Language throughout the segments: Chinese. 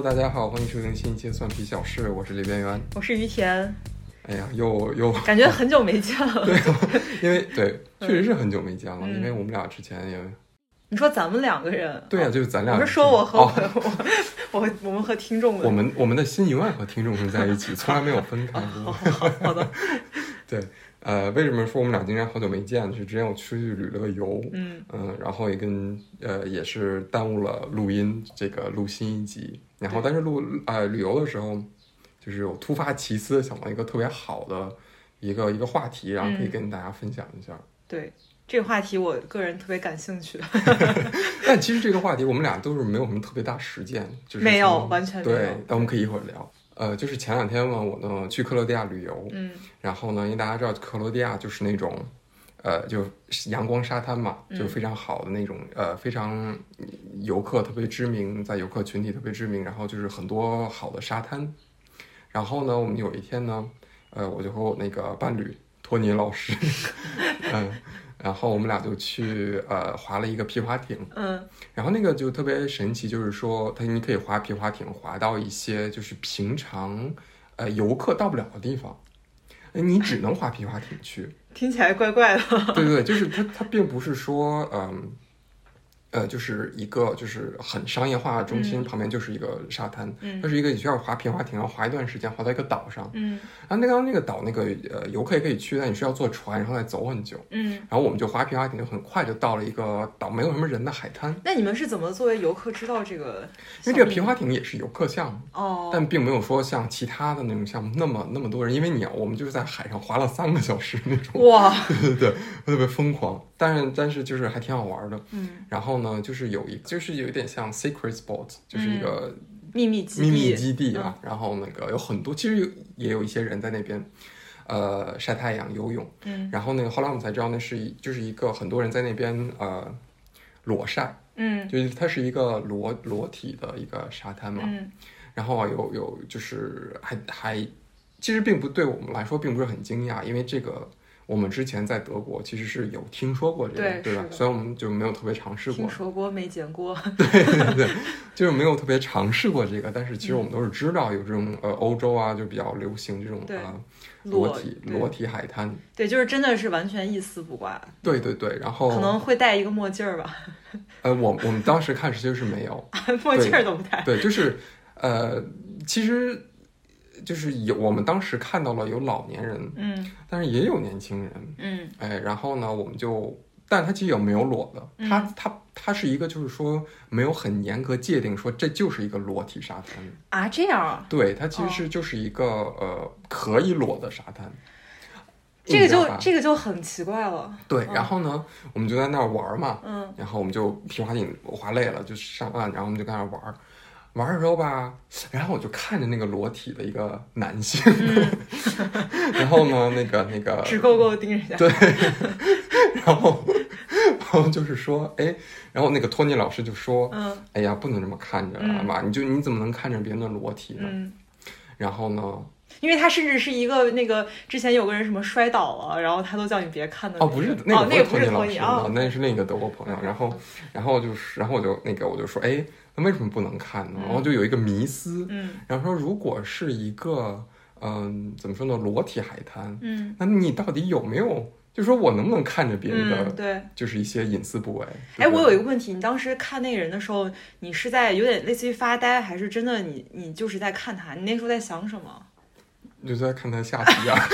大家好，欢迎收听新一期蒜皮小事，我是李边缘， 我是于田。 哎呀，又感觉很久没见了。 对，因为确实是很久没见了，因为我们俩之前也， 你说咱们两个人？ 对呀，就是咱俩。 我是说我和我们和听众们， 我们的心永远和听众是在一起，从来没有分开过。 好的。 对，为什么说我们俩竟然好久没见？是之前我出去旅了个游，然后也也是耽误了录新一集，然后但是旅游的时候，就是有突发奇思想到一个特别好的一个话题，然后可以跟大家分享一下。 对，这个话题我个人特别感兴趣。 但其实这个话题我们俩都是没有什么特别大实践，就是没有，完全没有。 对，但我们可以一会儿聊。就是前2天嘛，我呢去克罗地亚旅游，然后呢，因为大家知道克罗地亚就是那种，就阳光沙滩嘛，就非常好的那种，非常游客特别知名，在游客群体特别知名，然后就是很多好的沙滩。然后呢，我们有一天呢，我就和我那个伴侣托尼老师，然后我们俩就去划了一个皮划艇，然后那个就特别神奇，就是说你可以划皮划艇划到一些就是平常游客到不了的地方，你只能划皮划艇去。 听起来怪怪的。 对，就是它并不是说就是一个就是很商业化的中心，旁边就是一个沙滩，它是一个你需要划皮划艇，然后划一段时间，划到一个岛上，然后那个岛游客也可以去，但你需要坐船，然后再走很久，然后我们就划皮划艇，就很快就到了一个岛没有什么人的海滩。 那你们是怎么作为游客知道这个？ 因为这个皮划艇也是游客项目但并没有说像其他的那种项目那么多人，因为我们就是在海上划了3个小时那种， 哇， 对，特别疯狂，但是就是还挺好玩的，然后呢，就是有一点像 secret spot， 就是一个秘密基地吧，然后那个有很多，其实也有一些人在那边晒太阳游泳，然后那个后来我们才知道就是一个很多人在那边裸晒，就是它是一个裸体的一个沙滩嘛，然后有就是还其实对我们来说并不是很惊讶，因为这个我们之前在德国其实是有听说过这个，对吧？所以我们就没有特别尝试过。 听说过没见过。 对，就是没有特别尝试过这个，但是其实我们都是知道有这种欧洲啊就比较流行这种裸体海滩。 对，就是真的是完全一丝不挂。 对，然后可能会戴一个墨镜吧。 我们当时看其实是没有墨镜都不戴。 对，就是其实。就是我们当时看到了有老年人，但是也有年轻人，然后呢，但他其实也没有裸的，他是一个就是说没有很严格界定说这就是一个裸体沙滩啊，这样啊？ 对，它其实就是一个可以裸的沙滩， 这个就很奇怪了。 对，然后呢，我们就在那儿玩嘛，然后我们就皮划艇划累了就上岸，然后我们就在那儿玩的时候吧，然后我就看着那个裸体的一个男性，然后呢，那个直勾勾盯着对，然后就是说，然后那个托尼老师就说，哎呀，不能这么看着嘛，你怎么能看着别人的裸体呢？然后呢？ 因为他甚至是一个那个之前有个人什么摔倒了，然后他都叫你别看的。 不是那个不是托尼老师，那是另一个德国朋友。然后我就说，那为什么不能看呢？然后就有一个迷思，然后说如果是一个怎么说呢，裸体海滩，那你到底有没有？就是说我能不能看着别人的， 对， 就是一些隐私部位。 我有一个问题，你当时看那个人的时候，你是在有点类似于发呆，还是真的你就是在看他？你那时候在想什么？ 就在看他下体啊。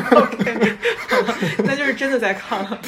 OK， 那就是真的在看了。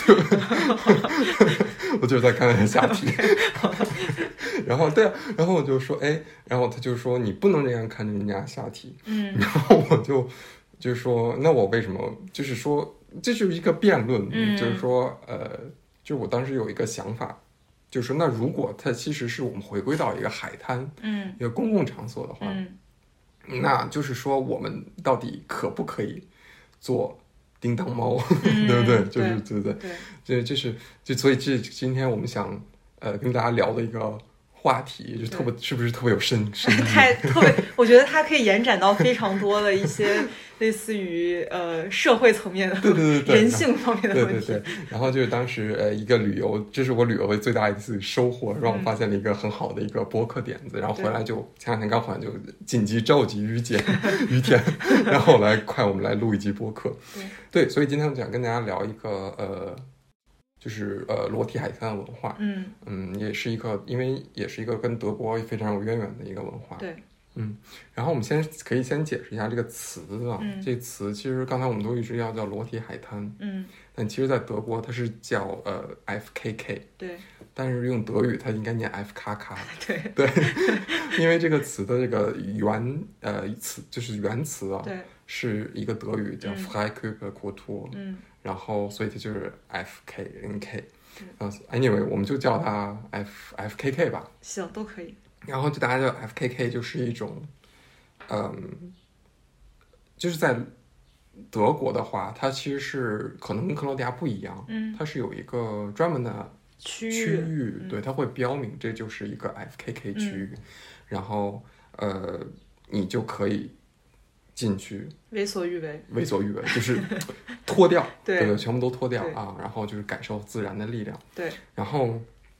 我就是在看他下体。然后然后我就说，然后他就说你不能这样看着人家下体。然后我就说，那我为什么？就是说，这就是一个辩论，就是说，就我当时有一个想法，就是说，那如果它其实是我们回归到一个海滩，一个公共场所的话。那就是说，我们到底可不可以做叮当猫，对不对？就是对，所以今天我们想跟大家聊的一个话题，就是不是特别有深意？ 特别，我觉得它可以延展到非常多的一些类似于社会层面的， 对人性方面的问题。 对。然后就是当时一个旅游，这是我旅游的最大一次收获，让我发现了一个很好的一个播客点子。然后回来就前2天刚回来就紧急召集于田，然后我们来录一集播客。对，所以今天我想跟大家聊一个就是裸体海滩的文化。也是一个，因为也是一个跟德国非常有渊源的一个文化。 对。 然后我们可以先解释一下这个词啊。这个词其实刚才我们都一直要叫裸体海滩。但其实在德国它是叫FKK。 对。 但是用德语它应该念 FKK。 对。 因为这个词的这个原词啊， 对， 是一个德语叫 Freikörperkultur。然后所以它就是 FKNK。anyway 我们就叫它 FKK 吧。 行，都可以。 然后就大家叫 FKK 就是一种就是在德国的话，它其实是可能跟克罗地亚不一样。它是有一个专门的区域。对，它会标明这就是一个 FKK 区域。然后你就可以进去为所欲为， 就是脱掉对， 全部都脱掉啊，然后就是感受自然的力量。 对。 然后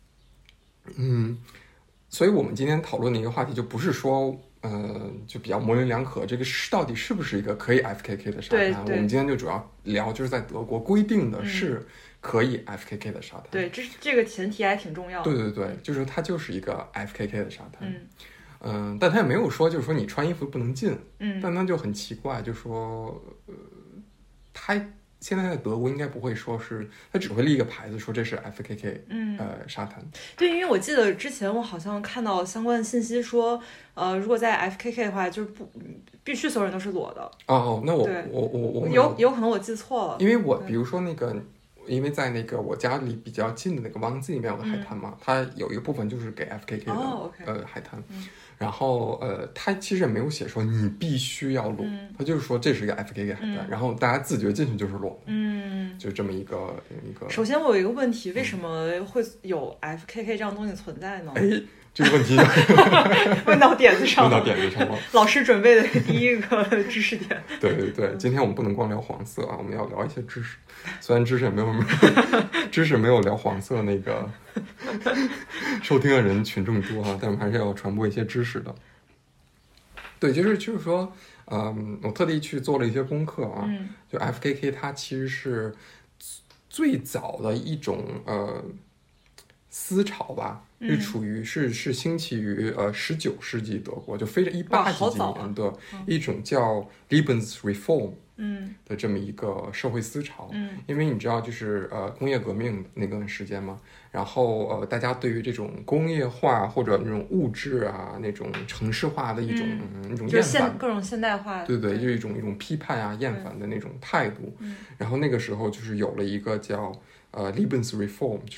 所以我们今天讨论的一个话题就不是说就比较模棱两可，这个到底是不是一个可以 FKK 的沙滩。我们今天就主要聊就是在德国规定的是可以 FKK 的沙滩。 对，这个前提还挺重要的。 对，就是它就是一个 FKK 的沙滩。但他也没有说就是说你穿衣服不能进。但他就很奇怪，就说他现在在德国应该不会说是，他只会立一个牌子说这是 FKK 沙滩。 对，因为我记得之前我好像看到相关的信息说，如果在 FKK 的话，就是必须所有人都是裸的。 那我有可能我记错了， 因为我比如说因为在那个我家里比较近的那个王子里面有个海滩嘛，它有一个部分就是给 FKK 的海滩。然后他其实也没有写说你必须要裸，他就是说这是一个 FKK 海滩，然后大家自觉进去就是裸。就是这么一个。 首先我有一个问题，为什么会有 FKK 这样东西存在呢？ 这个问题问到点子上了，老师准备的第一个知识点。 对，今天我们不能光聊黄色啊，我们要聊一些知识。虽然知识没有聊黄色那个收听的人群众多啊，但我们还是要传播一些知识的。对，就是说，我特地去做了一些功课啊。就 FKK 它其实是最早的一种思潮吧。是兴起于19世纪德国，就非常18几年的一种叫 Lebensreform 的这么一个社会思潮。因为你知道就是工业革命那段时间嘛，然后大家对于这种工业化或者那种物质啊那种城市化的一种厌烦， 各种现代化， 对，就是一种批判啊厌烦的那种态度。然后那个时候就是有了一个叫Lebensreform 就是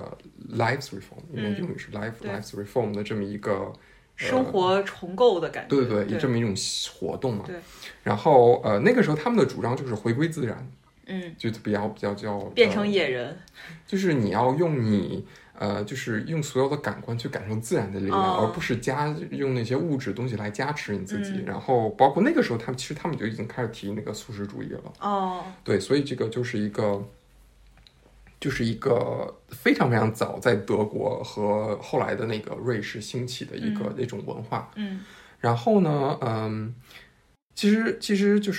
Lives Reform， 因为英语是 Lives Reform 的这么一个生活重构的感觉。 对，这么一种活动嘛。 对。 然后那个时候他们的主张就是回归自然。就比较叫变成野人。 就是你要用就是用所有的感官去感受自然的力量，而不是用那些物质东西来加持你自己。然后包括那个时候他们就已经开始提那个素食主义了。对，所以这个就是一个非常非常早在德国和后来的那个瑞士兴起的一种文化。然后呢，其实就是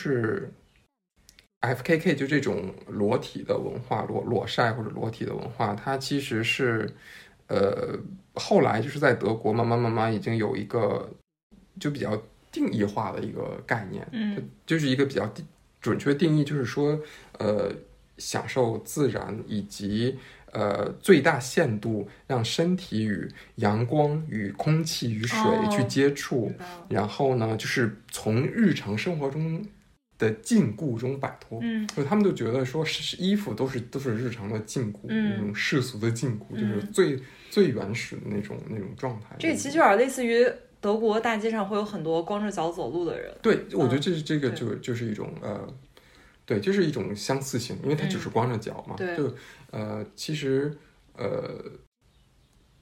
FKK 就这种裸体的文化，裸晒或者裸体的文化，它其实是后来就是在德国慢慢已经有一个就比较定义化的一个概念。就是一个比较准确定义，就是说享受自然以及最大限度让身体与阳光与空气与水去接触。然后呢就是从日常生活中的禁锢中摆脱。所以他们就觉得说衣服都是日常的禁锢，那种世俗的禁蛊，就是最原始的那种状态。 这个其实有点类似于德国大街上会有很多光着脚走路的人。 对，我觉得这个就是一种对，就是一种相似性，因为它只是光着脚嘛。 对。 就其实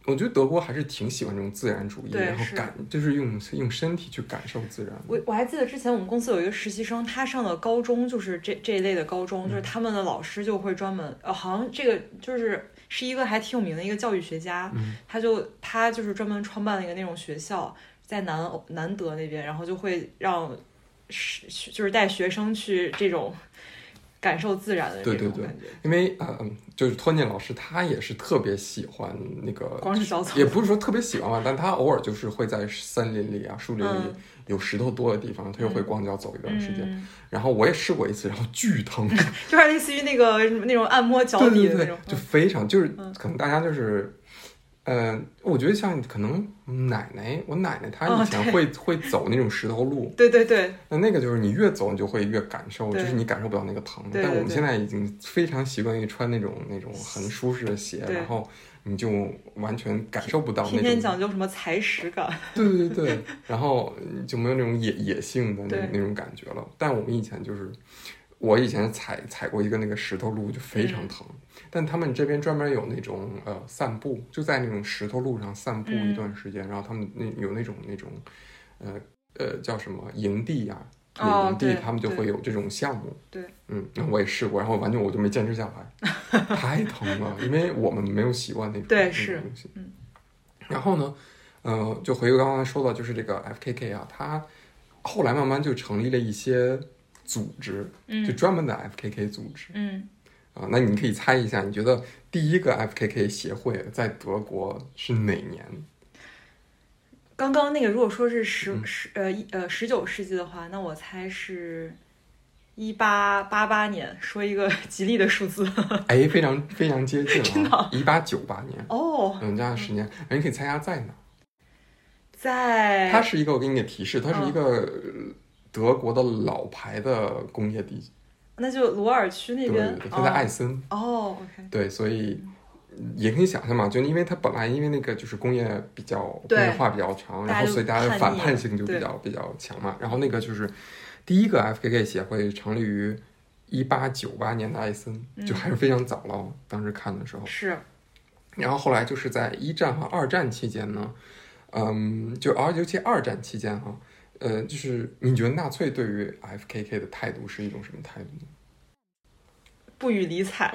我觉得德国还是挺喜欢这种自然主义，然后就是用身体去感受自然。 我还记得之前我们公司有一个实习生，他上的高中就是这一类的高中，就是他们的老师就会专门好像这个是一个还挺有名的一个教育学家，他就是专门创办了一个那种学校，在南德那边，然后就会让就是带学生去这种感受自然的这种感觉。 因为就是托尼老师他也是特别喜欢那个光着脚走， 也不是说特别喜欢吧，但他偶尔就是会在森林里啊、树林里有石头多的地方，他就会光脚走一段时间。然后我也试过一次，然后巨疼， 就是类似于那种按摩脚底的那种， 就非常就是可能大家就是。我觉得像可能我奶奶她以前会走那种石头路， 对对对， 那个就是你越走你就会越感受，就是你感受不到那个疼。 对， 但我们现在已经非常习惯于穿那种很舒适的鞋，然后你就完全感受不到那种。 天天讲究什么踩屎感， 对，然后就没有那种野性的那种感觉了。但我们以前就是我以前踩过一个那个石头路就非常疼。但他们这边专门有那种散步，就在那种石头路上散步一段时间，然后他们有那种叫什么营地啊，营地他们就会有这种项目。 对， 然后我也试过，然后完全我就没坚持下来，太疼了，因为我们没有习惯那种东西。然后呢，就回归刚刚说到，就是这个 FKK 啊，它后来慢慢就成立了一些组织，就专门的 FKK 组织。那你可以猜一下，你觉得第一个 FKK 协会在德国是哪年？ 刚刚那个如果说是19世纪的话，那我猜是1888年，说一个吉利的数字。 哎，非常非常接近了， 真的 1898年。 哦， 这样10年，你可以猜一下在哪？ 它是一个，我给你个提示，它是一个德国的老牌的工业地。 那就罗尔区那边， 对，它在艾森。 OK。 对，所以也可以想象嘛，就因为它本来因为那个就是工业化比较长，然后所以大家的反叛性就比较强嘛。然后那个就是第一个 FKK 协会成立于1898年的艾森，就还是非常早了。当时看的时候是。 然后后来就是在1战和2战期间呢，尤其2战期间哈。就是你觉得纳粹对于 FKK 的态度是一种什么态度呢？ 不予理睬，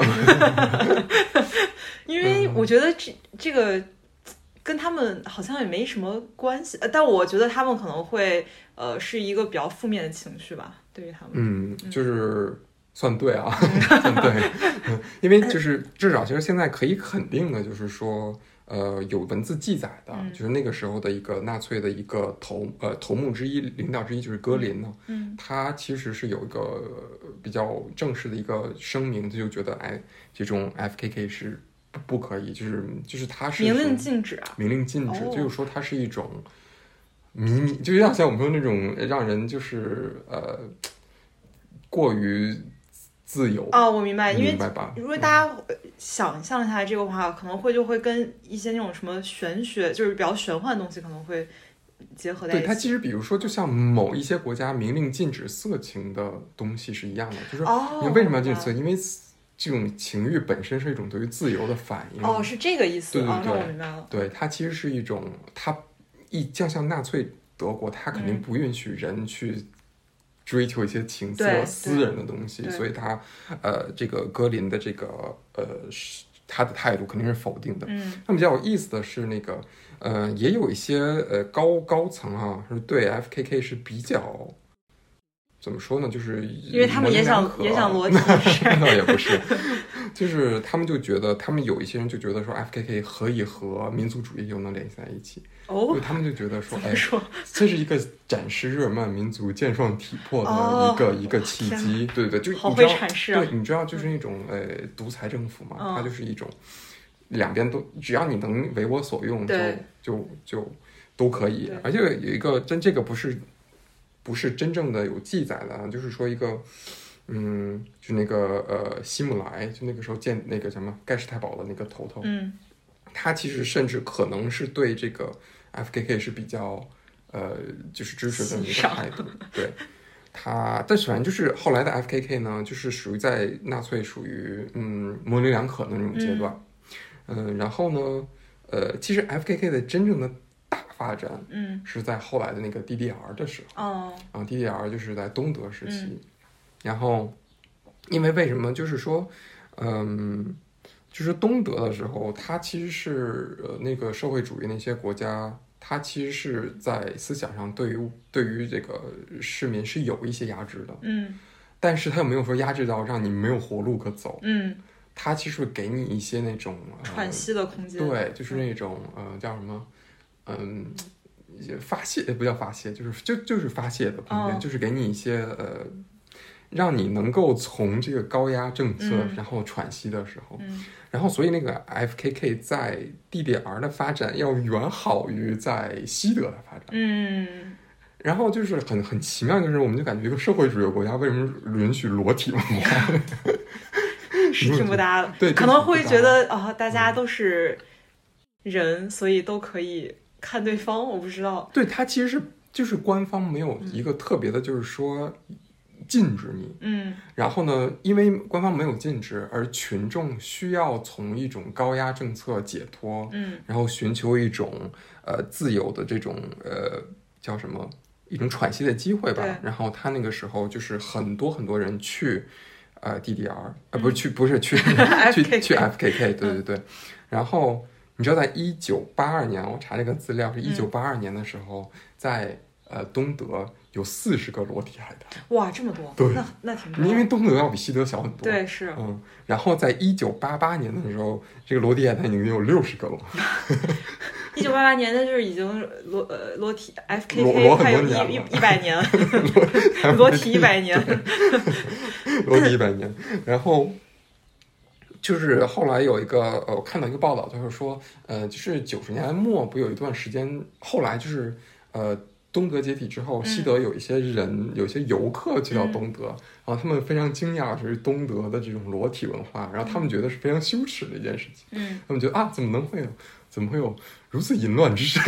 因为我觉得这个跟他们好像也没什么关系，但我觉得他们可能会是一个比较负面的情绪吧，对于他们。 就是算对啊，算对，因为就是至少其实现在可以肯定的就是说。有文字记载的，就是那个时候的一个纳粹的一个头目之一、领导之一，就是戈林呢。他其实是有一个比较正式的一个声明，他就觉得这种 FKK 是不可以，就是他是明令禁止啊， 明令禁止，就是说它是一种迷，就像我们说那种让人就是过于。自由我明白，因为吧如果大家想象一下这个话，可能就会跟一些那种什么玄学，就是比较玄幻的东西，可能会结合在一起。 对，它其实比如说，就像某一些国家明令禁止色情的东西是一样的，就是你为什么要禁止色？因为这种情欲本身是一种对于自由的反应。 是这个意思。 对， 那我明白了。 对，它其实是一种，像纳粹德国，它肯定不允许人去。追求一些情色私人的东西，所以他这个戈林的这个他的态度肯定是否定的。那比较有意思的是那个也有一些高层啊，是对 FKK 是比较怎么说呢？就是因为他们也想裸体， 那也不是，就是他们就觉得，他们有一些人就觉得说 FKK 可以和民族主义又能联系在一起。他们就觉得说，这是一个展示日耳曼民族健壮体魄的一个契机。对，就好会阐释啊。 对，你知道，就是那种独裁政府嘛，它就是一种两边都只要你能为我所用，就都可以。而且有一个这个不是真正的有记载的，就是说一个就那个希姆莱，就那个时候建那个什么盖世太保的那个头，他其实甚至可能是对这个 FKK 是比较就是支持的一个态度。对，但反正就是后来的 FKK 呢，就是属于在纳粹属于模棱两可的那种阶段。然后呢其实 FKK 的真正的大发展，是在后来的那个 DDR 的时候，然后 DDR 就是在东德时期，然后因为什么，就是说，就是东德的时候，它其实是那个社会主义那些国家，它其实是在思想上对于这个市民是有一些压制的，但是它又没有说压制到让你没有活路可走，它其实会给你一些那种喘息的空间， 对，就是那种叫什么，一些发泄，不叫发泄，就是发泄的空间，就是给你一些让你能够从这个高压政策然后喘息的时候，然后所以那个 FKK 在 DDR 的发展要远好于在西德的发展，然后就是很奇妙，就是我们就感觉一个社会主义国家为什么允许裸体文化？ 是挺不搭的， 对， 可能会觉得大家都是人，所以都可以看对方，我不知道。 对，它其实就是官方没有一个特别的，就是说禁止你，然后呢，因为官方没有禁止，而群众需要从一种高压政策解脱，然后寻求一种自由的这种叫什么一种喘息的机会吧。然后他那个时候就是很多人去。DDR 不是去FKK 对，然后你知道在1982年，我查这个资料是1982年的时候，在东德有40个裸体海滩， 哇，这么多， 对， 那挺多， 因为东德要比西德小很多， 对，是， 然后在1988年的时候，这个裸体海滩已经有60个了。 1988年的就是已经裸体 FKK 还有100年，裸体100年， 裸体100年。然后就是后来有一个我看到一个报道，就是说就是90年代末不有一段时间，后来就是东德解体之后，西德有一些人有一些游客去到东德，然后他们非常惊讶就是东德的这种裸体文化，然后他们觉得是非常羞耻的一件事情，他们觉得怎么会有如此淫乱之事？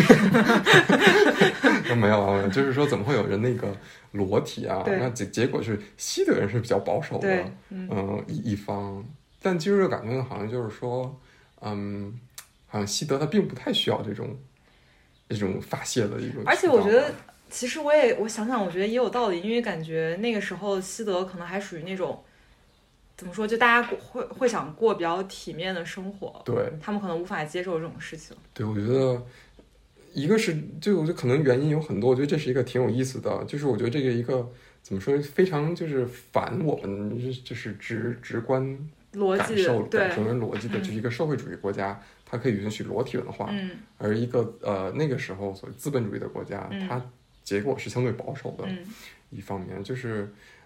没有啊，就是说怎么会有人那个裸体啊？那结果是西德人是比较保守的，一方，但其实感觉好像就是说，好像西德他并不太需要这种发泄的一个， 而且我觉得，其实我想想，我觉得也有道理，因为感觉那个时候西德可能还属于那种。怎么说？就大家会想过比较体面的生活， 对， 他们可能无法接受这种事情。 对，我觉得一个是我觉得可能原因有很多，我觉得这是一个挺有意思的，就是我觉得这个一个怎么说，非常就是反我们就是直观感受人逻辑的，就是一个社会主义国家，它可以允许裸体文化，而一个那个时候所谓资本主义的国家，它结果是相对保守的，一方面就是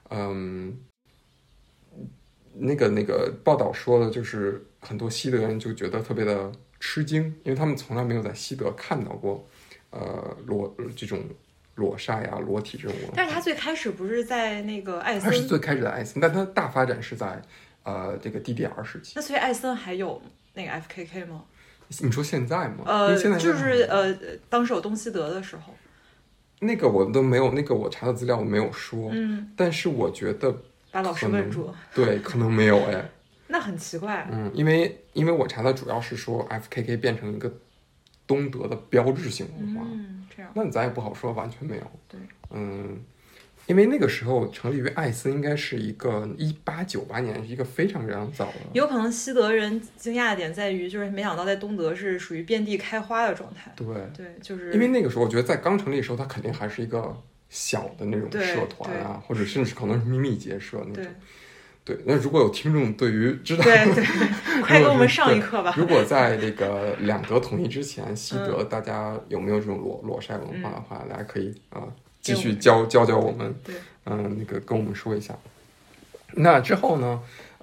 那个报道说的就是很多西德人就觉得特别的吃惊，因为他们从来没有在西德看到过这种裸晒啊裸体这种文化。 但是他最开始不是在那个艾森， 他是最开始在艾森，但他大发展是在这个 DDR 时期。 那所以艾森还有那个 FKK 吗？ 你说现在吗？ 现在就是当时有东西德的时候， 那个我都没有，那个我查的资料我没有说，但是我觉得。 把老师问住了， 对，可能没有哎， 那很奇怪。 因为我查的主要是说 FKK 变成一个东德的标志性文化， 这样， 那咱也不好说完全没有。 对， 因为那个时候成立于艾森应该是一个1898年，是一个非常早的。 有可能西德人惊讶的点在于，就是没想到在东德是属于遍地开花的状态。 对， 就是因为那个时候我觉得在刚成立的时候，它肯定还是一个。小的那种社团啊，或者甚至可能是秘密结社那种。对，那如果有听众对于知道， 对，快给我们上一课吧。 如果在这个两德统一之前，西德大家有没有这种裸晒文化的话，大家可以继续教我们。 对， 那个跟我们说一下。那之后呢，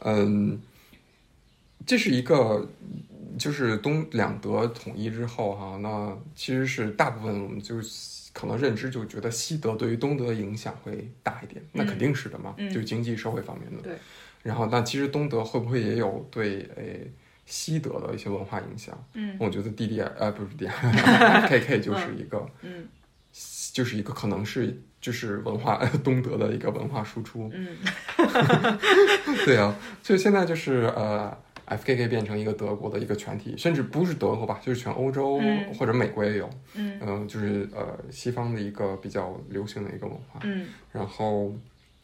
这是一个就是两德统一之后哈，那其实是大部分我们就。可能认知就觉得西德对于东德的影响会大一点，那肯定是的嘛，就是经济社会方面的。 对。 然后，但其实东德会不会也有对西德的一些文化影响？我觉得不是 DDR，KK 就是一个，就是一个可能是就是东德的一个文化输出。对啊，就现在就是 FKK 变成一个德国的一个全体，甚至不是德国吧，就是全欧洲或者美国也有，就是西方的一个比较流行的一个文化，然后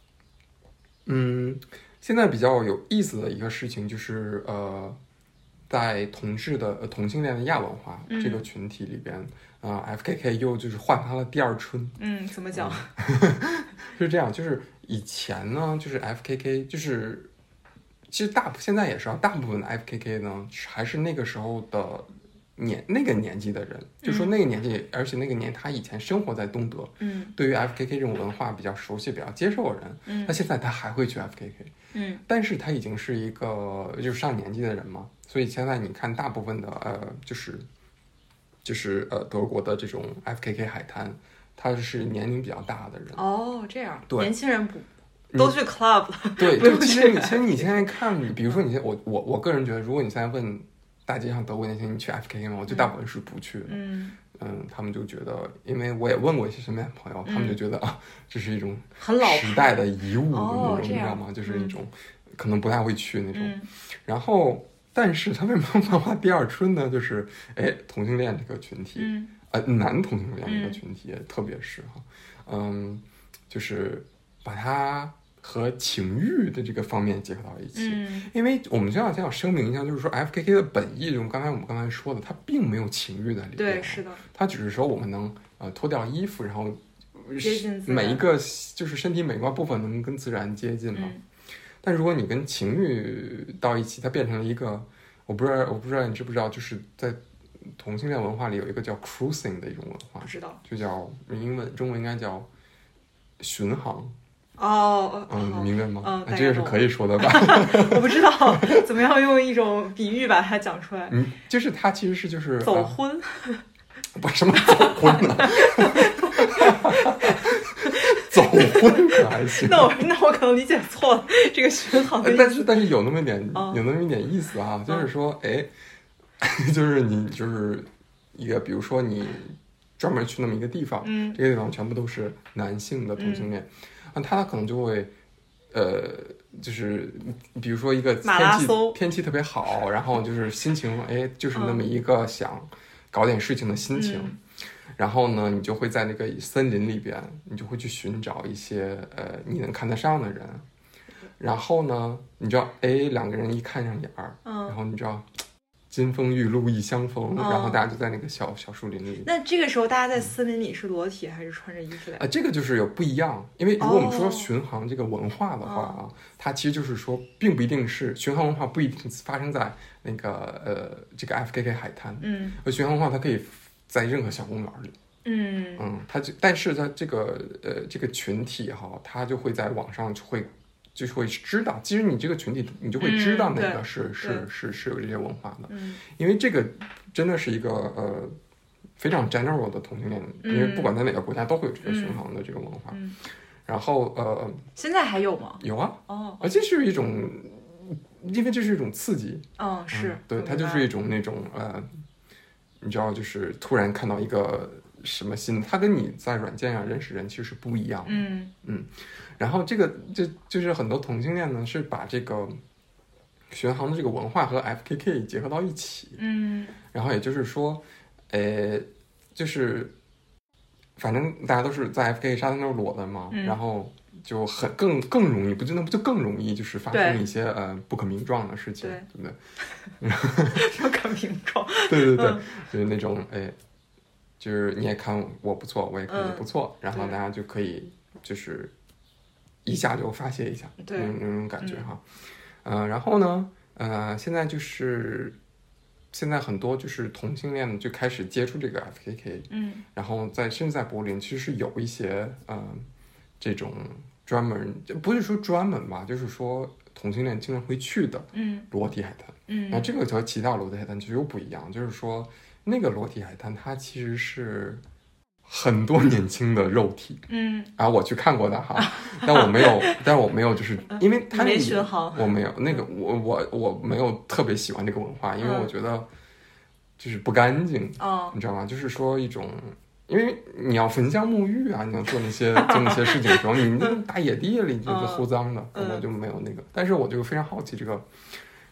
现在比较有意思的一个事情就是在同性恋的亚文化这个群体里边FKK 又就是焕发了第二春。 怎么讲？ 是这样，就是以前呢，就是 FKK 就是其实现在也是大部分的 FKK 呢还是那个时候的那个年纪的人，就说那个年纪，而且那个年他以前生活在东德，对于 FKK 这种文化比较熟悉、比较接受的人，那现在他还会去 FKK，但是他已经是一个就是上年纪的人嘛，所以现在你看大部分的就是德国的这种 FKK 海滩，他是年龄比较大的人。 这样， 对， 年轻人都去 club 了。 对，其实你现在看，比如说你我个人觉得，如果你现在问大街上德国年轻人你去 FKK 吗？我觉得大部分是不去的。他们就觉得，因为我也问过一些身边的朋友，他们就觉得这是一种时代的遗物的那种，你知道吗？就是一种可能不太会去那种。然后，但是他为什么焕发第二春呢？就是同性恋这个群体，男同性恋这个群体，特别是就是把它和情欲的这个方面结合到一起，因为我们先要声明一下，就是说 FKK 的本意，我们刚才说的，它并没有情欲在里面， 对，是的， 它只是说我们能脱掉衣服，然后接近自然， 每一个就是身体每个部分能跟自然接近嘛。但如果你跟情欲到一起，它变成了一个，我不知道你知不知道，就是在同性恋文化里有一个叫 cruising 的一种文化， 不知道， 就叫中文应该叫巡航。 你明白吗？ 这个是可以说的吧？ 我不知道怎么样用一种比喻把它讲出来。 就是它其实是就是走婚， 不什么走婚呢？走婚可还行？ 那我可能理解错了这个巡航的意思。 但是有那么一点意思啊，就是说，就是你就是一个，比如说你专门去那么一个地方，这个地方全部都是男性的同性恋，他可能就会就是比如说一个天气特别好，然后就是心情就是那么一个想搞点事情的心情，然后呢你就会在那个森林里边，你就会去寻找一些你能看得上的人，然后呢你知道两个人一看上眼儿，然后你知道金风玉露一相逢，然后大家就在那个小树林里。 那这个时候大家在森林里是裸体还是穿着衣服的？ 这个就是有不一样，因为如果我们说巡航这个文化的话它其实就是说并不一定是巡航文化，不一定发生在那个这个 FKK 海滩，巡航文化它可以在任何小公园里，但是它这个群体它就会在网上就会知道，其实你这个群体你就会知道那个是有这些文化的，因为这个真的是一个非常 general 的同性恋，因为不管在哪个国家都会有这个巡航的这个文化，然后现在还有吗？ 有啊，而且是一种，因为这是一种刺激， 是对，它就是一种那种你知道，就是突然看到一个什么新的，它跟你在软件上认识人其实是不一样的，然后就是很多同性恋呢是把这个巡航的这个文化和 FKK 结合到一起，然后也就是说，就是反正大家都是在 FKK 沙滩都是裸的嘛，然后就更容易，不就更容易就是发生一些不可名状的事情，对不对？ 不可名状， 对，就是那种就是你也看我不错，我也看你不错，然后大家就可以就是一下就发泄一下，那种感觉哈，然后呢，现在很多就是同性恋就开始接触这个 FKK，然后甚至在柏林其实是有一些这种专门，不是说专门吧，就是说同性恋经常会去的裸体海滩，那这个和其他裸体海滩其实又不一样，就是说那个裸体海滩它其实是很多年轻的肉体，我去看过的哈，但我没有，就是因为他没巡航， 我没有那个我没有特别喜欢这个文化，因为我觉得就是不干净，你知道吗？就是说一种，因为你要焚香沐浴啊，你要做那些事情的时候，你那大野地里就是齁脏的，我就没有那个，但是我就非常好奇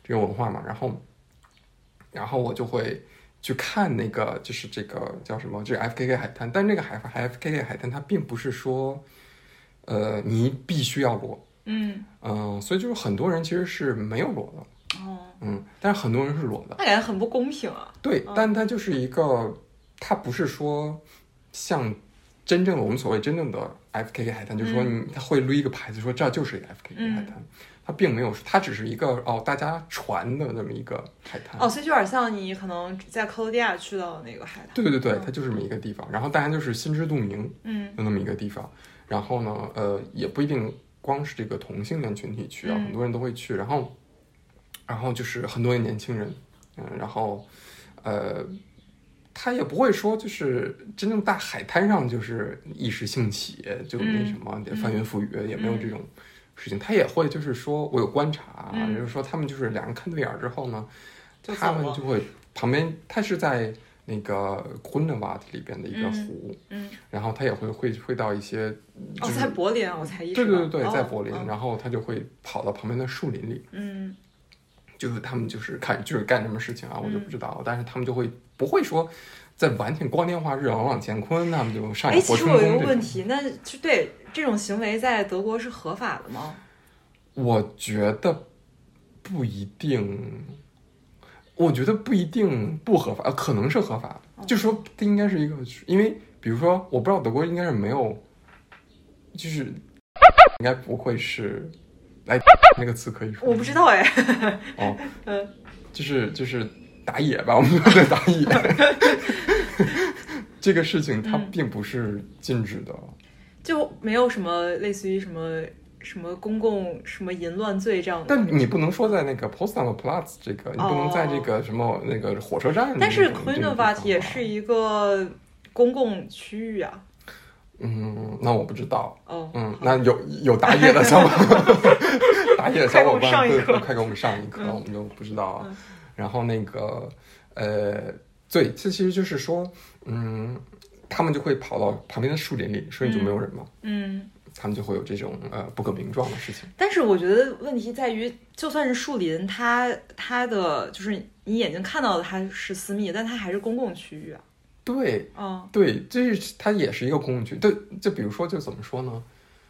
这个文化嘛，然后我就会去看那个就是这个叫什么，这个 FKK 海滩，但这个FKK 海滩它并不是说你必须要裸，所以就是很多人其实是没有裸的，但是很多人是裸的， 那感觉很不公平啊。 对，但它就是一个，它不是说像真正的我们所谓真正的 FKK 海滩，就是说他会立一个牌子说这就是一个 FKK 海滩，它并没有，它只是一个大家传的那么一个海滩。 所以就有点像你可能在克罗地亚去到那个海滩。 对，它就是这么一个地方，然后大家就是心知肚明，的那么一个地方。然后呢，也不一定光是这个同性恋群体去啊，很多人都会去。然后就是很多年轻人，然后他也不会说就是真正大海滩上就是一时兴起就那什么翻云覆雨，也没有这种事情。他也会就是说我有观察，就是说他们就是两人看对眼之后呢，他们就会旁边，他是在那个昆德瓦里边的一个湖，然后他也会到一些， 在柏林啊，我才意识到， 对，在柏林，然后他就会跑到旁边的树林里，就是他们就是干什么事情啊，我就不知道，但是他们就会不会说在完全光天化日朗朗乾坤，他们就上演活春宫。 其实我有一个问题，那就对这种行为在德国是合法的吗？ 我觉得不一定。我觉得不一定不合法，可能是合法的。就说它应该是一个，因为比如说，我不知道德国应该是没有，就是应该不会是来那个词可以说， 我不知道哎。 就是打野吧，我们说的打野。这个事情它并不是禁止的， 就没有什么类似于什么公共什么淫乱罪这样的。 但你不能说在那个 Potsdamer Platz 这个，你不能在这个什么那个火车站。 但是 Grünewald 也是一个公共区域啊。 那我不知道。那有打野的小伙伴，打野的小伙伴快给我们上一课，我们就不知道。然后那个对，这其实就是说，他们就会跑到旁边的树林里，树林就没有人嘛。他们就会有这种不可名状的事情。 但是我觉得问题在于，就算是树林，它的就是你眼睛看到的它是私密，但它还是公共区域啊。 对，对，它也是一个公共区域。对，就比如说，就怎么说呢？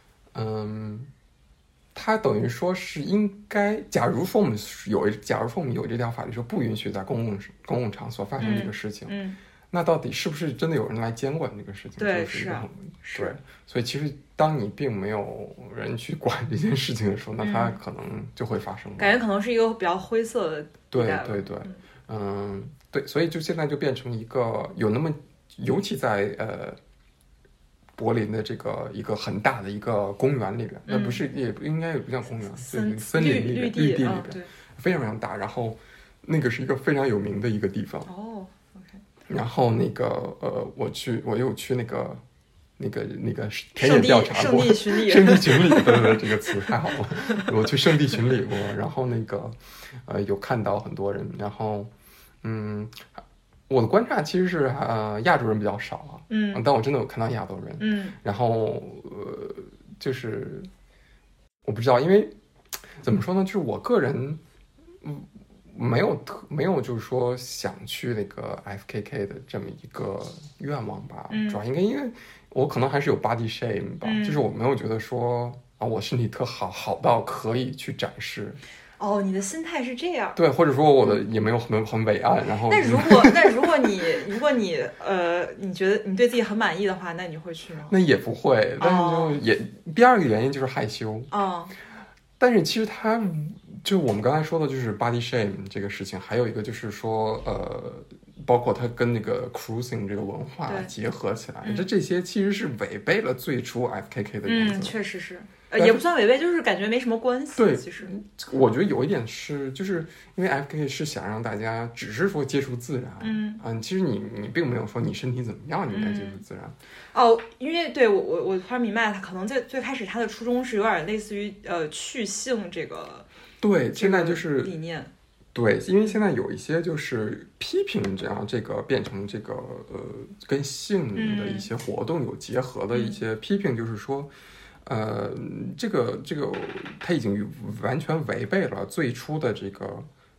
它等于说是应该，假如说我们有这条法律说不允许在公共场所发生这个事情，那到底是不是真的有人来监管这个事情？ 对， 就是一个很对。所以其实当你并没有人去管这件事情的时候，那它可能就会发生。 感觉可能是一个比较灰色的地带。 对，对，所以就现在就变成一个有那么，尤其在柏林的这个一个很大的一个公园里边，那不是也应该也不像公园，森林里边、绿地里边，非常非常大。然后那个是一个非常有名的一个地方。然后那个我又去那个田野调查过，圣地巡礼，对，这个词太好了。我去圣地巡礼过，然后那个有看到很多人，然后我的观察其实是亚洲人比较少啊，但我真的有看到亚洲人，然后就是我不知道，因为怎么说呢，就是我个人没有就是说想去那个 FKK 的这么一个愿望吧，主要应该因为我可能还是有 body shame 吧，就是我没有觉得说我身体特好到可以去展示。 你的心态是这样。 对，或者说我的也没有很伟岸，然后。 那如果你你觉得你对自己很满意的话，那你会去吗？ 那也不会，但是第二个原因就是害羞。但是其实就我们刚才说的就是 body shame 这个事情，还有一个就是说包括它跟那个 cruising 这个文化结合起来，这些其实是违背了最初 FKK 的原则。 确实是。也不算违背，就是感觉没什么关系。 对， 其实我觉得有一点是，就是因为 FKK 是想让大家只是说接触自然，其实你并没有说你身体怎么样，你应该接触自然。 因为对我突然明白，他可能最开始他的初衷是有点类似于去性这个。 对，现在就是理念。 对，因为现在有一些就是批评这个变成这个跟性的一些活动有结合的一些批评，就是说。这个他已经完全违背了最初的这个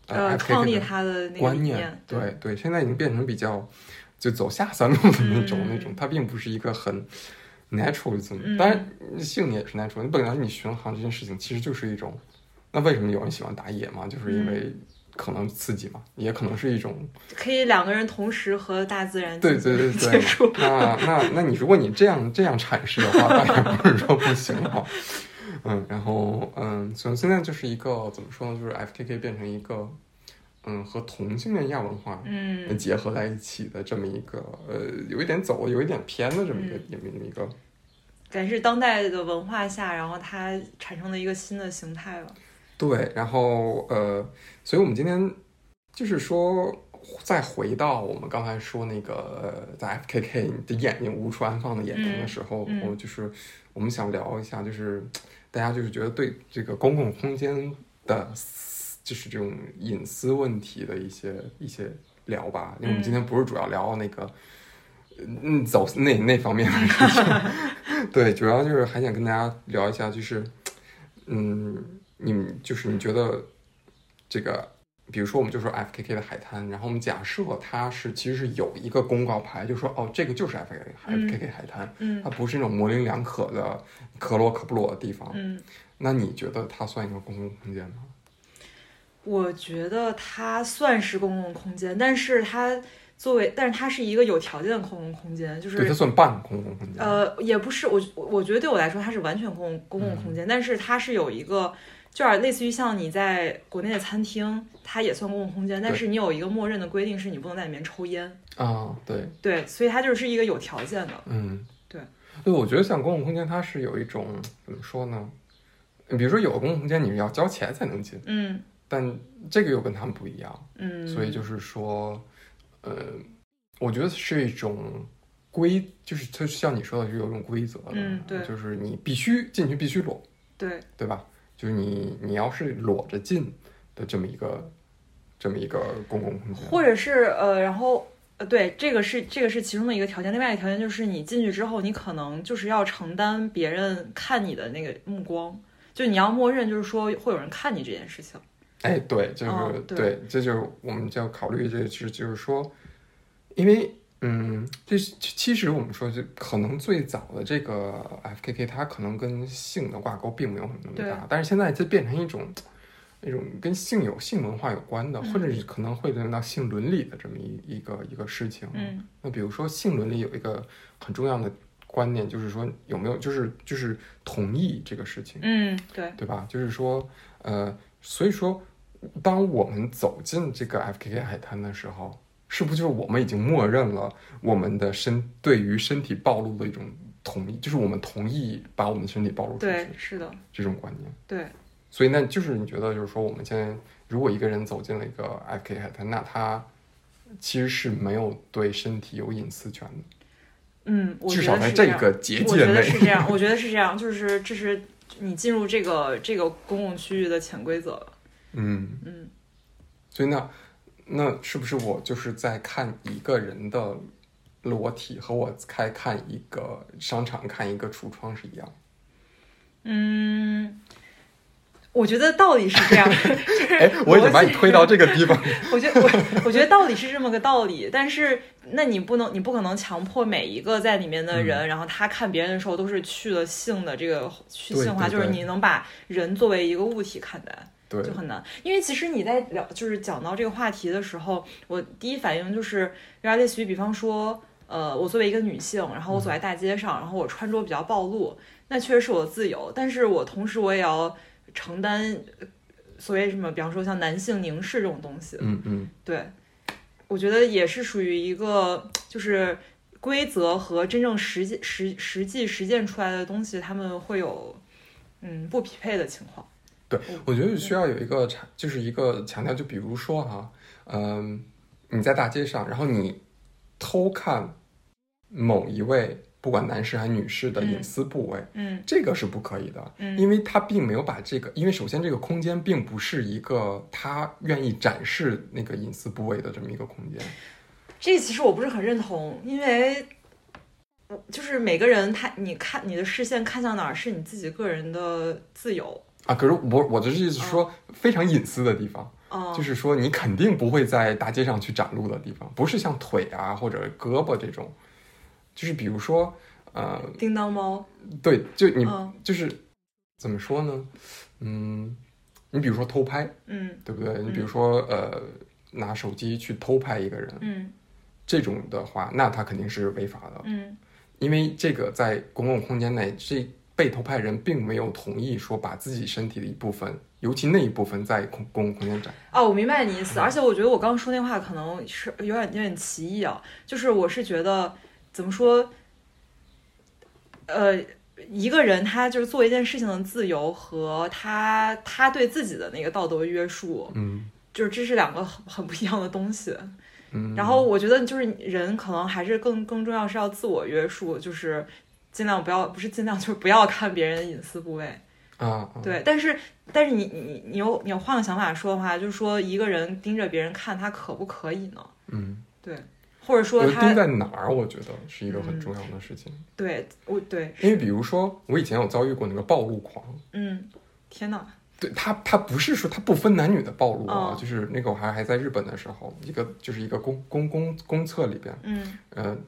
创立它的那个观念，对，现在已经变成比较就走下三路的那种，它并不是一个很 naturalism，当然性也是 natural， 你本来你巡航这件事情其实就是一种，那为什么有人喜欢打野嘛？就是因为可能刺激嘛，也可能是一种可以两个人同时和大自然对接触。 那你如果你这样阐释的话，当然不是说不行哈。然后所以现在就是一个怎么说呢？就是 FKK 变成一个和同性恋亚文化结合在一起的这么一个有一点偏的这么一个， 感觉是当代的文化下，然后它产生的一个新的形态了。 对，然后所以我们今天就是说，再回到我们刚才说那个在 FKK 你的眼睛无处安放的眼睛的时候，我们想聊一下，就是大家就是觉得对这个公共空间的，就是这种隐私问题的一些聊吧。因为我们今天不是主要聊那个走那方面的事情，对，主要就是还想跟大家聊一下，就是你觉得这个，比如说我们就说 FKK 的海滩，然后我们假设它其实是有一个公告牌，就说这个就是 FKK 海滩，它不是那种模棱两可的可落可不落的地方，那你觉得它算一个公共空间吗？ 我觉得它算是公共空间，但是它是一个有条件的公共空间，就是对，它算半公共空间。 也不是，我觉得对我来说它是完全公共空间，但是它是有一个。就有点类似于像你在国内的餐厅，它也算公共空间，但是你有一个默认的规定是你不能在里面抽烟对，所以它就是一个有条件的。 对，我觉得像公共空间它是有一种怎么说呢，比如说有个公共空间你是要交钱才能进，但这个又跟他们不一样，所以就是说我觉得是一种就是它像你说的是有一种规则的， 对， 就是你必须进去必须裸，对吧？就是你要是裸着进的这么一个公共空间， 或者是然后对，这个是其中的一个条件。另外一个条件就是你进去之后，你可能就是要承担别人看你的那个目光，就你要默认就是说会有人看你这件事情。 对，就是对，这就是我们就要考虑这就是说，因为这其实我们说就可能最早的这个 FKK 它可能跟性的挂钩并没有那么大，但是现在就变成一种跟性文化有关的，或者是可能会轮到性伦理的这么一个事情。那比如说性伦理有一个很重要的观念，就是说有没有就是同意这个事情，对吧？就是说所以说当我们走进这个 FKK 海滩的时候，是不是就是我们已经默认了我们的对于身体暴露的一种同意，就是我们同意把我们的身体暴露出去， 对，是的， 这种观念。 对， 所以那就是你觉得就是说我们现在如果一个人走进了一个 FKK 海滩，那他其实是没有对身体有隐私权的。至少在这个结界内， 我觉得是这样。我觉得是这样，就是这是你进入这个公共区域的潜规则了。 所以那是不是我就是在看一个人的裸体和我看一个商场看一个橱窗是一样？ 我觉得道理是这样， 我已经把你推到这个地方。 我觉得道理是这么个道理，但是那你不可能强迫每一个在里面的人，然后他看别人的时候都是去了性的这个去性化，就是你能把人作为一个物体看待。 对， 就很难，因为其实你在就是讲到这个话题的时候，我第一反应就是有点类似于，比方说，我作为一个女性，然后我走在大街上，然后我穿着比较暴露，那确实是我的自由，但是我同时我也要承担所谓什么，比方说像男性凝视这种东西。对，我觉得也是属于一个就是规则和真正实际实践出来的东西，他们会有不匹配的情况。 对，我觉得需要有一个就是一个强调，就比如说你在大街上，然后你偷看某一位不管男士还是女士的隐私部位，这个是不可以的，因为他并没有把这个，因为首先这个空间并不是一个他愿意展示那个隐私部位的这么一个空间。 这个其实我不是很认同，因为就是每个人你看你的视线看向哪儿是你自己个人的自由。 可是我的意思是说非常隐私的地方， 就是说你肯定不会在大街上去展露的地方，不是像腿啊或者胳膊这种，就是比如说叮当猫， 对，就你、就是怎么说呢？你比如说偷拍，对不对？你比如说拿手机去偷拍一个人，这种的话，那他肯定是违法的，因为这个在公共空间内，这被偷拍人并没有同意说把自己身体的一部分，尤其那一部分在公共空间展。 我明白你意思，而且我觉得我刚刚说那话可能是有点歧义啊，就是我是觉得怎么说，一个人他就是做一件事情的自由和他对自己的那个道德约束，就是这是两个很不一样的东西。然后我觉得就是人可能还是更重要是要自我约束，就是尽量不要，不是尽量就是不要看别人的隐私部位对，但是你有换个想法说的话，就是说一个人盯着别人看他可不可以呢？对，或者说他盯在哪儿，我觉得是一个很重要的事情。 对，对， 因为比如说我以前有遭遇过那个暴露狂， 天哪！ 对他不是说他不分男女的暴露啊，就是那个我还在日本的时候，就是一个公厕里边，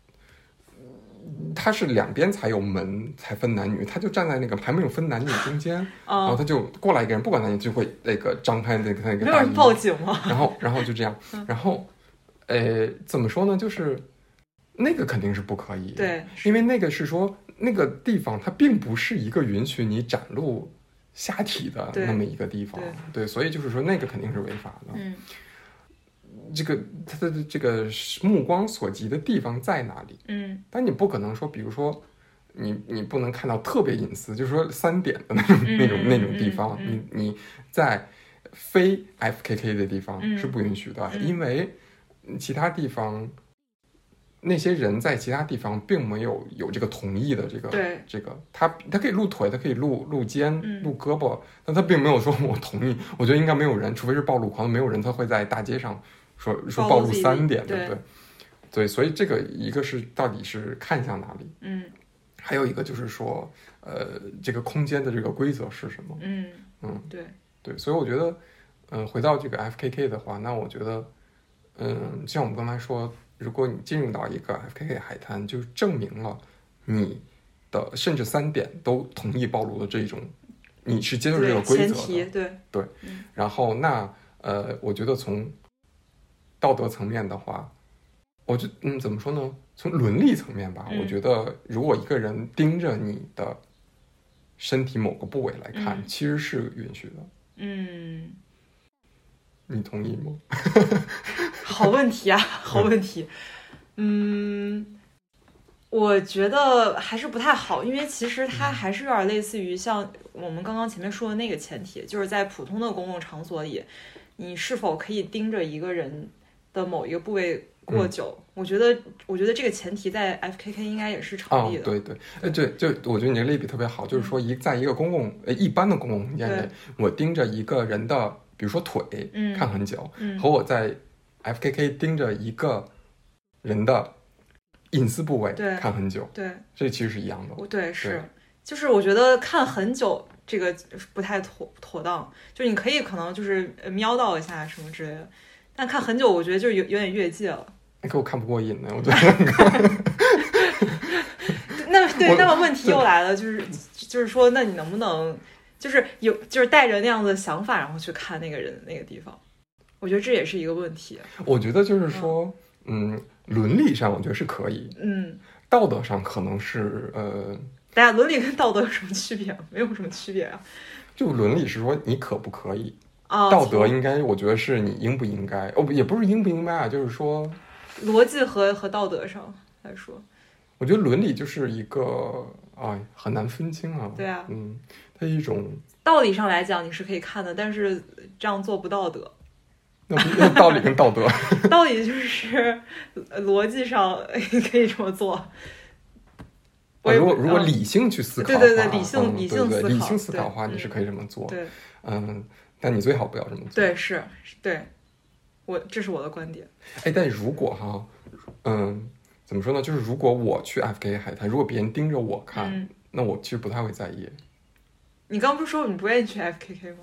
他是两边才有门才分男女，他就站在那个还没有分男女中间，然后他就过来一个人，不管男女就会那个张开那个大衣， 没有人报警吗？ 然后就这样，然后怎么说呢？就是那个肯定是不可以， 对， 因为那个是说那个地方它并不是一个允许你展露下体的那么一个地方，对，所以就是说那个肯定是违法的。这个他的这个目光所及的地方在哪里？但你不可能说，比如说你不能看到特别隐私，就是说3点的那种地方，你在非 FKK 的地方是不允许的，因为其他地方。那些人在其他地方并没有这个同意的这个他可以露腿，他可以露肩、露胳膊，但他并没有说我同意。我觉得应该没有人，除非是暴露狂，没有人他会在大街上说暴露3点，对不对？对，所以这个一个是到底是看向哪里，还有一个就是说，这个空间的这个规则是什么？对，所以我觉得，回到这个 FKK 的话，那我觉得，像我们刚才说。如果你进入到一个 FKK 海滩，就证明了你的甚至3点都同意暴露的这种，你是接受这个规则的。对，然后那我觉得从道德层面的话，我就怎么说呢？从伦理层面吧，我觉得如果一个人盯着你的身体某个部位来看，其实是允许的。你同意吗？ 好问题啊，好问题。我觉得还是不太好，因为其实它还是有点类似于像我们刚刚前面说的那个前提，就是在普通的公共场所里，你是否可以盯着一个人的某一个部位过久？我觉得这个前提在 FKK 应该也是成立的。 对，就我觉得你的类比特别好，就是说在一个一般的公共空间内，我盯着一个人的。比如说腿看很久，和我在 FKK 盯着一个人的隐私部位看很久， 对， 这其实是一样的。 对，是，就是我觉得看很久这个不太妥当，就你可以可能就是瞄到一下什么之类的，但看很久我觉得就有点越界了。 你给我看不过瘾呢，我觉得。 那么问题又来了，就是说，那你能不能？就是带着那样的想法，然后去看那个人的那个地方，我觉得这也是一个问题。 我觉得就是说，伦理上我觉得是可以，道德上可能是大家伦理跟道德有什么区别？没有什么区别啊。 就伦理是说你可不可以，道德应该我觉得是你应不应该，也不是应不应该啊，就是说逻辑和道德上来说， 我觉得伦理就是一个很难分清啊。 对啊， 它一种道理上来讲你是可以看的，但是这样做不道德。 那道理跟道德， 道理就是逻辑上可以这么做。 如果理性去思考的话， 对，理性思考的话，你是可以这么做。 对， 但你最好不要这么做。 对，对，这是我的观点。 但如果怎么说呢？就是如果我去 FKK 海滩，如果别人盯着我看，那我其实不太会在意。 你刚不是说你不愿意去 FKK 吗？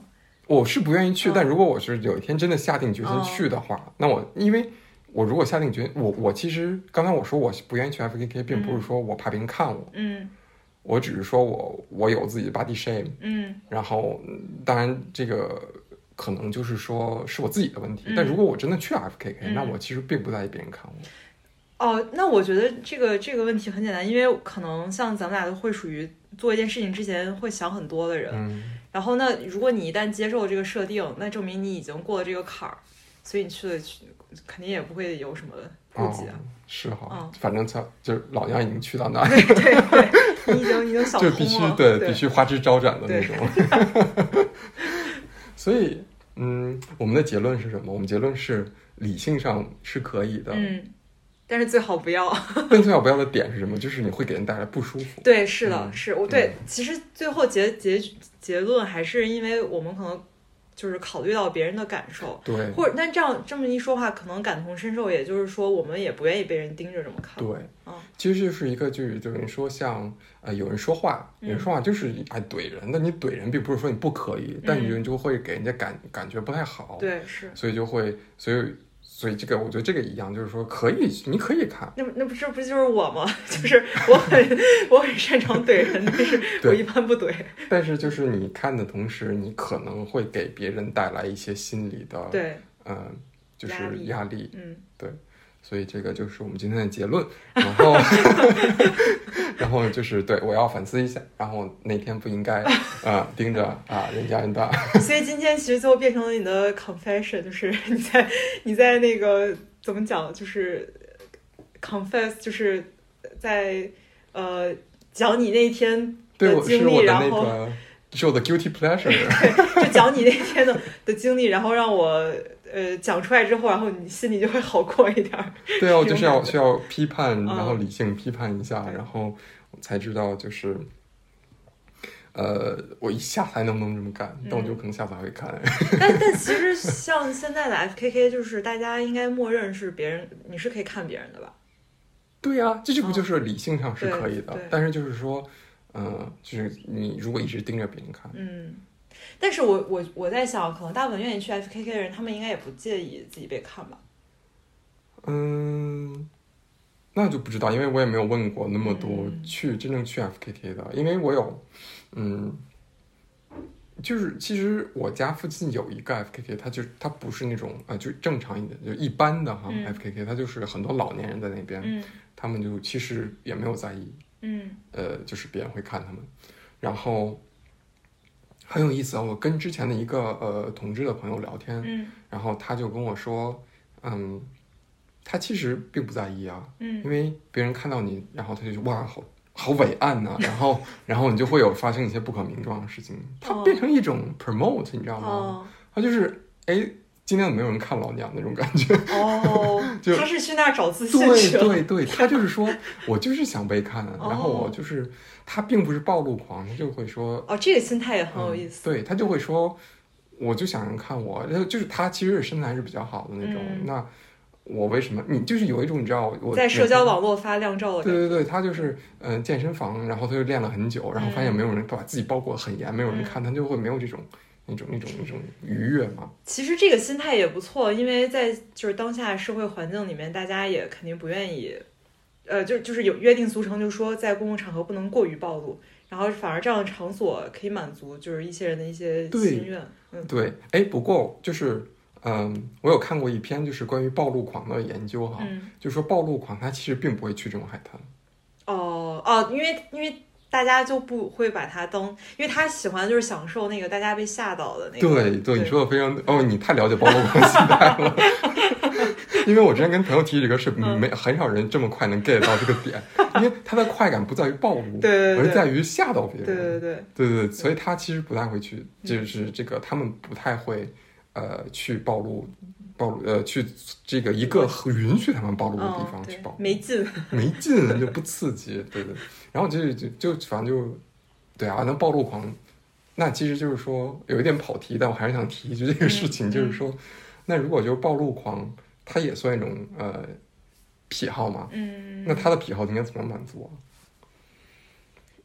我是不愿意去，但如果我是有一天真的下定决心去的话，那因为我如果下定决心，我其实刚才我说我不愿意去 FKK， 并不是说我怕别人看我，我只是说我有自己的 body shame，然后当然这个可能就是说是我自己的问题，但如果我真的去 FKK，那我其实并不在意别人看我。 那我觉得这个问题很简单，因为可能像咱们俩都会属于做一件事情之前会想很多的人，然后那如果你一旦接受这个设定，那证明你已经过了这个坎儿，所以你去肯定也不会有什么顾忌啊。 是哈，反正就是老娘已经去到那里， 对，你已经想通了， 就必须花枝招展的那种。所以我们的结论是什么？我们结论是理性上是可以的， 但是最好不要。 但最好不要的点是什么？就是你会给人带来不舒服。 对，是的，是我对。其实最后结论还是因为我们可能就是考虑到别人的感受， 对， 或者但这么一说话，可能感同身受，也就是说我们也不愿意被人盯着这么看。 对，其实就是一个就是等于说像有人说话，就是怼人的，你怼人并不是说你不可以，但你就会给人家感觉不太好。 对，是， 所以就会所以这个我觉得这个一样，就是说你可以看。 那不就是我吗？就是我很擅长怼人，但是我一般不怼。 但是就是你看的同时，你可能会给别人带来一些心理的就是压力。对。所以这个就是我们今天的结论，然后就是对我要反思一下，然后那天不应该盯着人家的。 所以今天其实最后变成了你的 confession， 就是你在那个怎么讲，就是 confess， 就是在讲你那天的经历，然后是我的 guilty pleasure， 对，就讲你那天的经历，然后让我讲出来之后，然后你心里就会好过一点。 对啊，我就是需要批判，然后理性批判一下，然后我才知道就是我一下才能不能这么干，但我就可能下次还会看。 但其实像现在的 FKK， 就是大家应该默认是别人，你是可以看别人的吧？ 对啊，这就不就是理性上是可以的，但是就是说就是你如果一直盯着别人看， 但是我在想，可能大部分愿意去 FKK 的人，他们应该也不介意自己被看吧？ 那就不知道，因为我也没有问过那么多真正去 FKK 的，因为我有就是其实我家附近有一个 FKK， 它不是那种就正常一点就一般的FKK， 它就是很多老年人在那边，他们就其实也没有在意，就是别人会看他们，然后很有意思啊！我跟之前的一个同志的朋友聊天，然后他就跟我说，他其实并不在意啊，因为别人看到你，然后他就哇好伟岸呐，然后你就会有发生一些不可名状的事情，它变成一种 promote， 你知道吗？他就是今天没有人看老娘那种感觉就他是去那儿找自信去了。对，他就是说我就是想被看然后我就是他并不是暴露狂，他就会说这个心态也很有意思。 对，他就会说我就想人看我，就是他其实身材是比较好的那种，那我为什么你就是有一种你知道我在社交网络发亮照的感觉。 对，他就是健身房，然后他就练了很久，然后发现没有人把自己包裹很严，没有人看，他就会没有这种那种愉悦嘛。 其实这个心态也不错，因为在就是当下社会环境里面，大家也肯定不愿意，就是有约定俗成，就是说在公共场合不能过于暴露，然后反而这样的场所可以满足就是一些人的一些心愿。 对，不过就是我有看过一篇就是关于暴露狂的研究哈，就说暴露狂他其实并不会去这种海滩。 因为大家就不会把它当，因为他喜欢就是享受那个大家被吓到的那个。对， 你说的非常你太了解暴露狂心态了。因为我之前跟朋友提这个是很少人这么快能 get 到这个点，因为他的快感不在于暴露， 对， 而在于吓到别人。 对， 所以他其实不太会去，就是这个他们不太会去暴露去这个一个允许他们暴露的地方去暴露， 没劲就不刺激。对，然后就反正就对啊，那暴露狂，那其实就是说有一点跑题，但我还是想提一句这个事情，就是说，那如果就是暴露狂，他也算一种癖好嘛，那他的癖好应该怎么满足啊？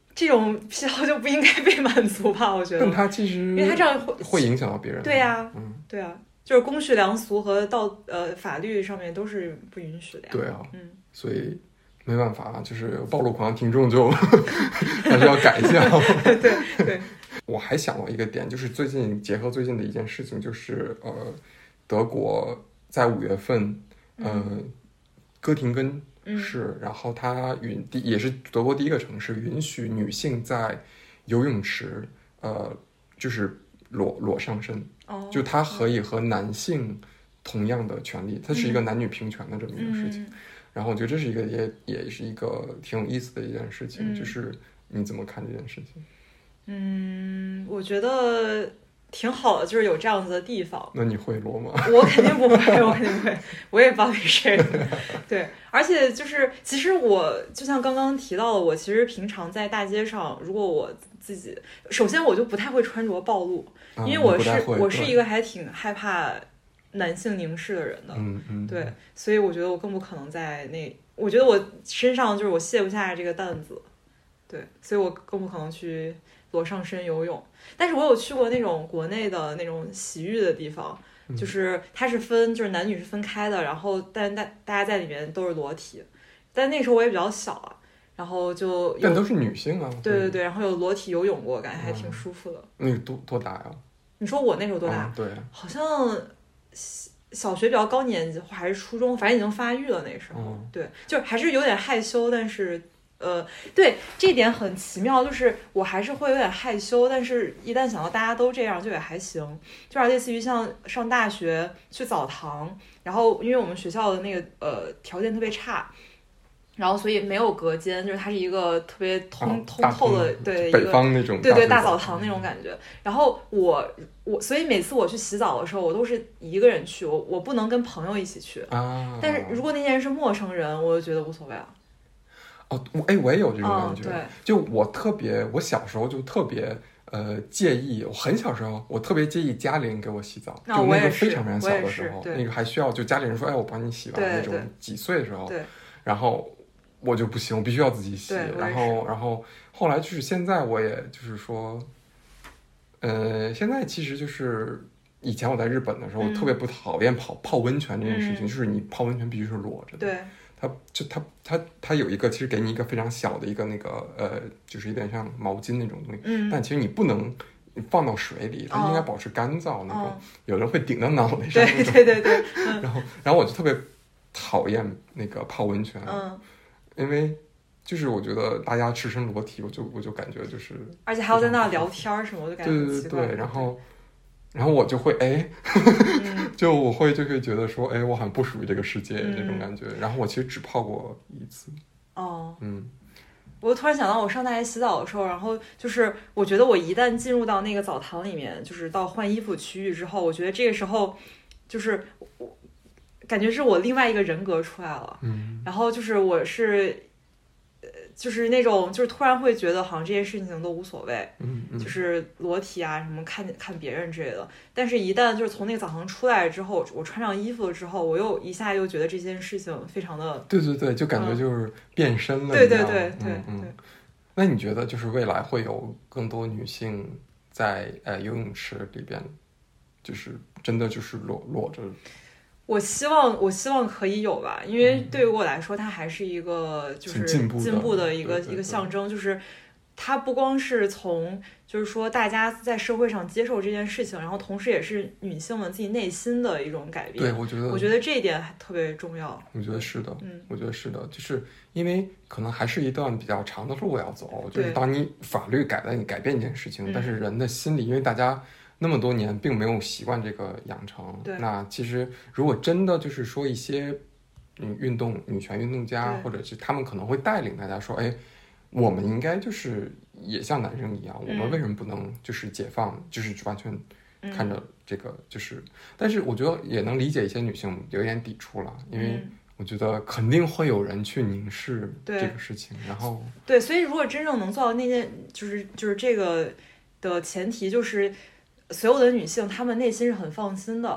这种癖好就不应该被满足吧？我觉得。 但他其实因为他这样会影响到别人。 对呀，对啊，就是公序良俗和法律上面都是不允许的呀。 对啊，所以没办法，就是暴露狂听众就还是要改一下。 对。 我还想到一个点，就是结合最近的一件事情，就是德国在5月份，哥廷根市，然后它也是德国第一个城市允许女性在游泳池，就是裸上身，就她可以和男性同样的权利，它是一个男女平权的这么一个事情。然后我觉得这是一个也是一个挺有意思的一件事情，就是你怎么看这件事情？ 我觉得挺好的，就是有这样子的地方。 那你会裸吗？ 我肯定不会，我也不会谁。对，而且就是其实我就像刚刚提到的，我其实平常在大街上，如果我自己，首先我就不太会穿着暴露，因为我是一个还挺害怕男性凝视的人的。对，所以我觉得我更不可能我觉得我身上就是我卸不下这个担子。对，所以我更不可能去裸上身游泳。但是我有去过那种国内的那种洗浴的地方，就是它是就是男女是分开的，然后但大家在里面都是裸体。但那时候我也比较小啊，然后但都是女性啊。 对，然后有裸体游泳过，感觉还挺舒服的。 那个多大呀？ 你说我那时候多大？ 对， 好像小学比较高年级，还是初中，反正已经发育了那时候。对，就还是有点害羞，但是。对，这点很奇妙，就是我还是会有点害羞，但是一旦想到大家都这样，就也还行，就有点类似于像上大学去澡堂，然后因为我们学校的那个条件特别差，然后所以没有隔间，就是它是一个特别通透的，对， 北方那种， 对大澡堂那种感觉。然后我所以每次我去洗澡的时候，我都是一个人去，我不能跟朋友一起去啊。但是如果那些人是陌生人，我就觉得无所谓了。 我也有这种感觉。 对， 就我小时候就特别介意，我很小时候我特别介意家里人给我洗澡，就那个非常非常小的时候，那个还需要就家里人说，我帮你洗吧那种，几岁的时候，然后我就不行，我必须要自己洗。然后后来就是现在我也就是说，现在其实就是以前我在日本的时候，我特别不讨厌泡温泉这件事情，就是你泡温泉必须是裸着的。 对。 它有一个，其实给你一个非常小的一个那个就是有点像毛巾那种东西，但其实你不能放到水里，它应该保持干燥。那种有人会顶到脑袋上。 对。 然后我就特别讨厌那个泡温泉，因为就是我觉得大家赤身裸体，我就感觉就是， 而且还要在那聊天什么，我就感觉很奇怪。 对，然后我就会就我会觉得说我好像不属于这个世界这种感觉。然后我其实只泡过一次。 我突然想到我上大学洗澡的时候，然后就是我觉得我一旦进入到那个澡堂里面，就是到换衣服区域之后，我觉得这个时候就是我感觉是我另外一个人格出来了。然后就是我是就是那种就是突然会觉得好像这些事情都无所谓，就是裸体啊什么看别人之类的。但是一旦就是从那个澡堂出来之后，我穿上衣服了之后，我又一下又觉得这件事情非常的对，就感觉就是变身了。 对。 那你觉得就是未来会有更多女性在游泳池里边，就是真的就是裸着？ 我希望可以有吧，因为对于我来说，它还是一个就是进步的一个象征，就是它不光是从就是说大家在社会上接受这件事情，然后同时也是女性们自己内心的一种改变。 对，我觉得这一点特别重要。 我觉得是的，我觉得是的，就是因为可能还是一段比较长的路要走，就是当你法律改变一件事情，但是人的心理，因为大家那么多年并没有习惯这个养成。那其实如果真的就是说一些女权运动家，或者是他们可能会带领大家说，我们应该就是也像男生一样，我们为什么不能就是解放，就是完全看着这个就是，但是我觉得也能理解一些女性有点抵触了，因为我觉得肯定会有人去凝视这个事情，然后对，所以如果真正能做到那件，就是这个的前提就是所有的女性她们内心是很放心的，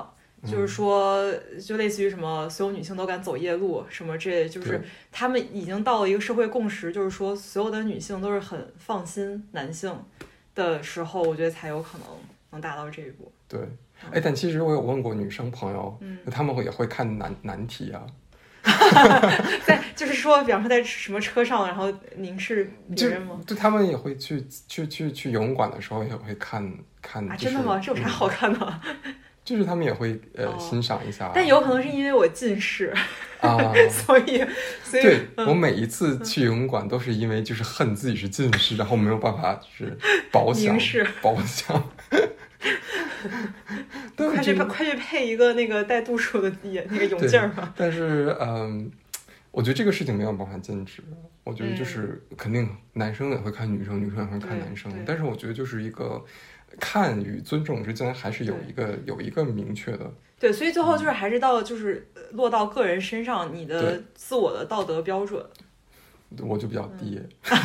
就是说就类似于什么所有女性都敢走夜路什么之类的，就是他们已经到了一个社会共识，就是说所有的女性都是很放心男性的时候，我觉得才有可能达到这一步。 对，但其实我有问过女生朋友，他们也会看难题啊。 就是说，比方说在什么车上，然后凝视别人吗？ 就他们也会去游泳馆的时候也会看。 啊，真的吗？这有啥好看的？ 就是他们也会欣赏一下。 但有可能是因为我近视啊， 所以对，我每一次去游泳馆都是因为就是恨自己是近视，然后没有办法就是保养。 快去配一个那个带度数的那个泳镜吧。 但是我觉得这个事情没有办法禁止。我觉得就是肯定男生也会看女生，女生也会看男生，但是我觉得就是一个看与尊重之间还是有一个明确的。 对，所以最后就是还是就是落到个人身上，你的自我的道德标准。 我就比较低。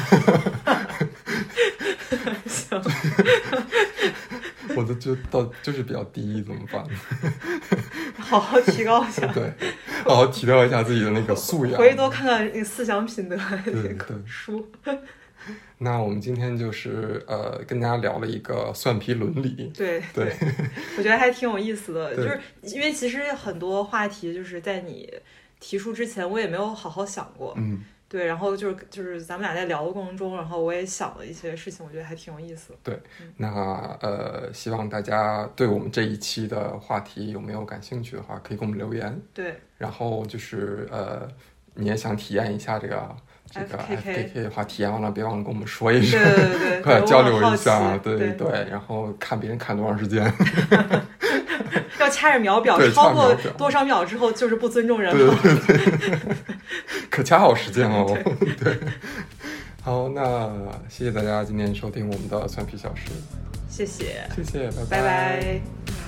行。 我的就是比较低，怎么办？ 好好提高一下。 对，好好提高一下自己的那个素养。 回去多看看那个思想品德那个书。 那我们今天就是跟大家聊了一个蒜皮伦理。 对，我觉得还挺有意思的，就是因为其实很多话题就是在你提出之前，我也没有好好想过。对，然后就是咱们俩在聊的过程中，然后我也想了一些事情，我觉得还挺有意思。 对，那希望大家对我们这一期的话题有没有感兴趣的话，可以给我们留言。 对， 然后就是你也想体验一下这个 FKK 的话，体验完了别忘了跟我们说一声， 对， 快交流一下，对，然后看别人看多长时间。 要掐着秒表，超过多少秒之后就是不尊重人了。 对，可掐好时间哦。对，好，那谢谢大家今天收听我们的蒜皮小事。 谢谢， 拜拜。